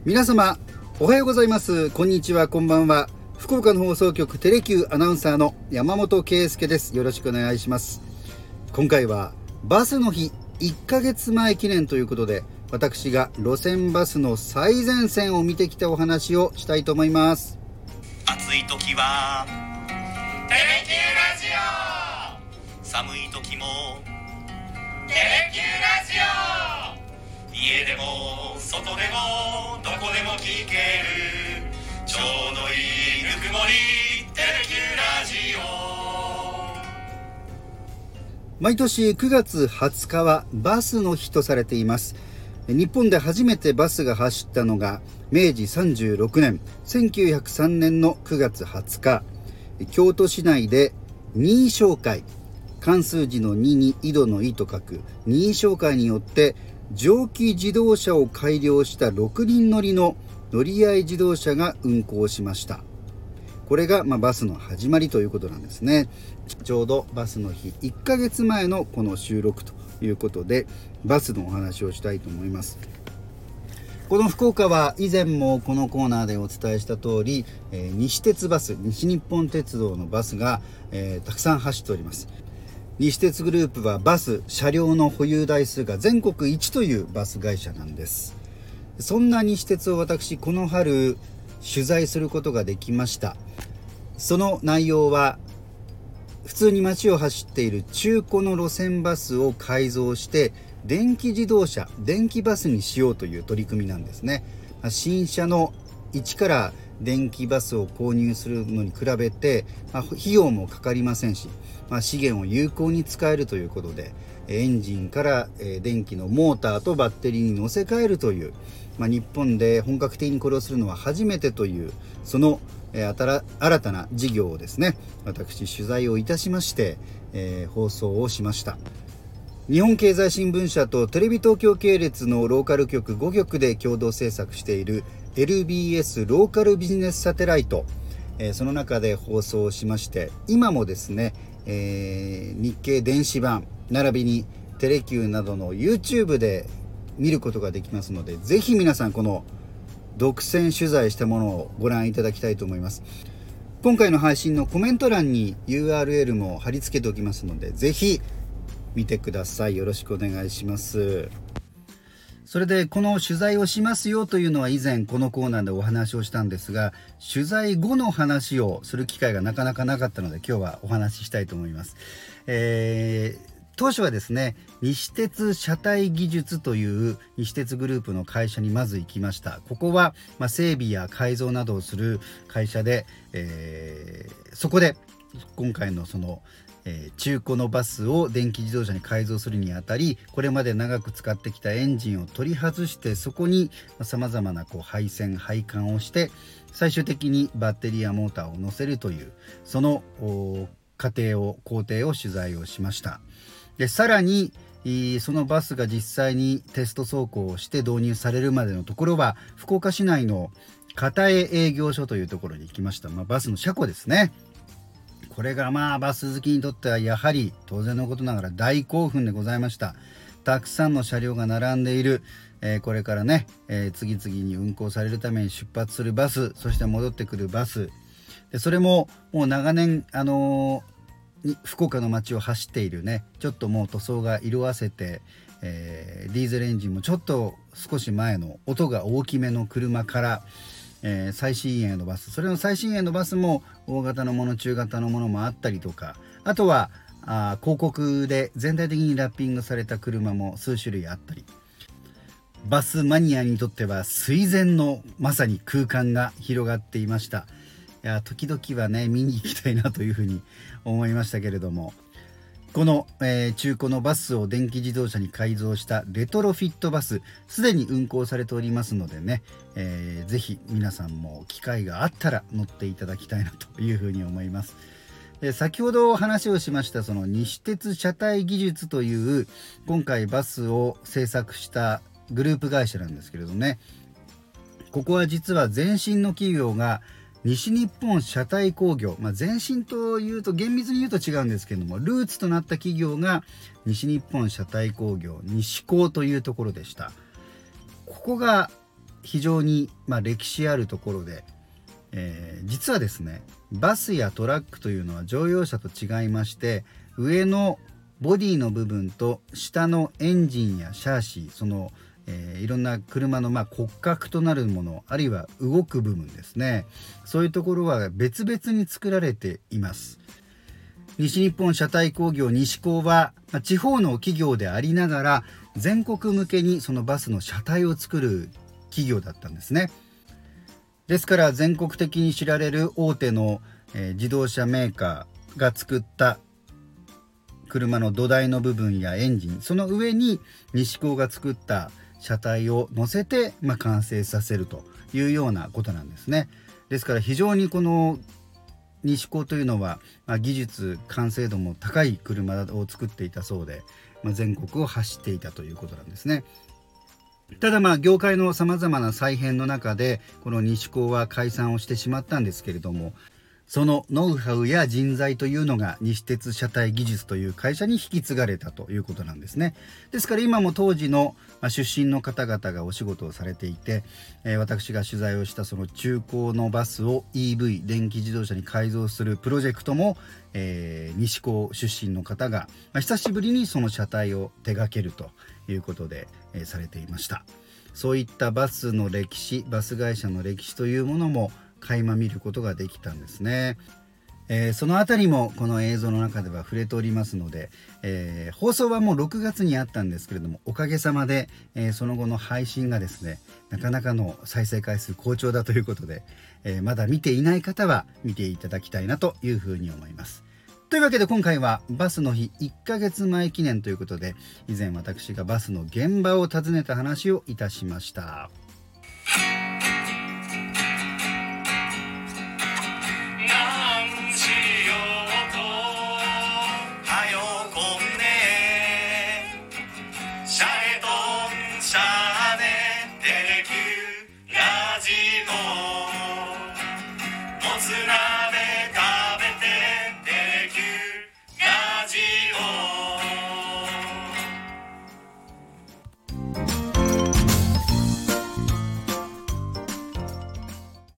皆様おはようございます。こんにちは、こんばんは。福岡の放送局テレ Q アナウンサーの山本圭介です。よろしくお願いします。今回はバスの日1ヶ月前記念ということで、私が路線バスの最前線を見てきたお話をしたいと思います。 暑い時はテレ Q ラジオ、寒い時もテレ Q ラジオ、家でも外でもどこでも聞けるちょうどいいぬくもりテレ Q ラジオ。 毎年9月20日はバスの日とされています。日本で初めてバスが走ったのが明治36年1903年の9月20日、京都市内で任意商会、漢数字の2に井戸の井と書く任意商会によって蒸気自動車を改良した6人乗りの乗り合い自動車が運行しました。これがバスの始まりということなんですね。ちょうどバスの日1ヶ月前のこの収録ということで、バスのお話をしたいと思います。この福岡は以前もこのコーナーでお伝えした通り、西鉄バス、西日本鉄道のバスが、たくさん走っております。西鉄グループはバス、車両の保有台数が全国一というバス会社なんです。そんな西鉄を私この春取材することができました。その内容は普通に街を走っている中古の路線バスを改造して電気自動車、電気バスにしようという取り組みなんですね。新車の一から電気バスを購入するのに比べて、費用もかかりませんし、資源を有効に使えるということで、エンジンから電気のモーターとバッテリーに乗せ替えるという、日本で本格的にこれをするのは初めてという、その新たな事業をですね、私取材をいたしまして、放送をしました。日本経済新聞社とテレビ東京系列のローカル局5局で共同制作している LBS ローカルビジネスサテライト、その中で放送しまして、今もですね、日経電子版並びにテレ Q などの YouTube で見ることができますので、ぜひ皆さんこの独占取材したものをご覧いただきたいと思います。今回の配信のコメント欄に URL も貼り付けておきますので、ぜひ見てください。よろしくお願いします。それでこの取材をしますよというのは以前このコーナーでお話をしたんですが、取材後の話をする機会がなかなかなかったので、今日はお話ししたいと思います。当初はですね、西鉄車体技術という西鉄グループの会社にまず行きました。ここは整備や改造などをする会社で、そこで今回のその中古のバスを電気自動車に改造するにあたり、これまで長く使ってきたエンジンを取り外して、そこにさまざまな配線配管をして、最終的にバッテリーやモーターを乗せるという、その工程を取材をしました。でさらにそのバスが実際にテスト走行をして導入されるまでのところは、福岡市内の片江営業所というところに行きました。バスの車庫ですね。これがバス好きにとってはやはり当然のことながら大興奮でございました。たくさんの車両が並んでいる、これからね、次々に運行されるために出発するバス、そして戻ってくるバスで、それももう長年福岡の街を走っているね、ちょっともう塗装が色あせて、ディーゼルエンジンもちょっと少し前の音が大きめの車から、最新鋭のバス、それの最新鋭のバスも大型のもの、中型のものもあったりとか、あとは広告で全体的にラッピングされた車も数種類あったり、バスマニアにとっては垂涎のまさに空間が広がっていました。いや、時々はね見に行きたいなというふうに思いましたけれども、この、中古のバスを電気自動車に改造したレトロフィットバス、すでに運行されておりますのでね、ぜひ皆さんも機会があったら乗っていただきたいなというふうに思います。先ほど話をしましたその西鉄車体技術という今回バスを製作したグループ会社なんですけれどね、ここは実は前身の企業が西日本車体工業、前身というと厳密に言うと違うんですけれども、ルーツとなった企業が西日本車体工業西工というところでした。ここが非常に歴史あるところで、実はですねバスやトラックというのは乗用車と違いまして、上のボディの部分と下のエンジンやシャーシー、その、いろんな車の骨格となるもの、あるいは動く部分ですね、そういうところは別々に作られています。西日本車体工業西工は、地方の企業でありながら全国向けにそのバスの車体を作る企業だったんですね。ですから全国的に知られる大手の、自動車メーカーが作った車の土台の部分やエンジン、その上に西工が作った車体を乗せて、完成させるというようなことなんですね。ですから非常にこの西工というのは、技術完成度も高い車を作っていたそうで、全国を走っていたということなんですね。ただ業界のさまざまな再編の中でこの西工は解散をしてしまったんですけれども、そのノウハウや人材というのが西鉄車体技術という会社に引き継がれたということなんですね。ですから今も当時の出身の方々がお仕事をされていて、私が取材をしたその中古のバスを EV 電気自動車に改造するプロジェクトも、西工出身の方が、久しぶりにその車体を手掛けるということで、されていました。そういったバスの歴史、バス会社の歴史というものも垣間見ることができたんですね。そのあたりもこの映像の中では触れておりますので、放送はもう6月にあったんですけれども、おかげさまで、その後の配信がですねなかなかの再生回数好調だということで、まだ見ていない方は見ていただきたいなというふうに思います。というわけで今回はバスの日1ヶ月前記念ということで、以前私がバスの現場を訪ねた話をいたしました。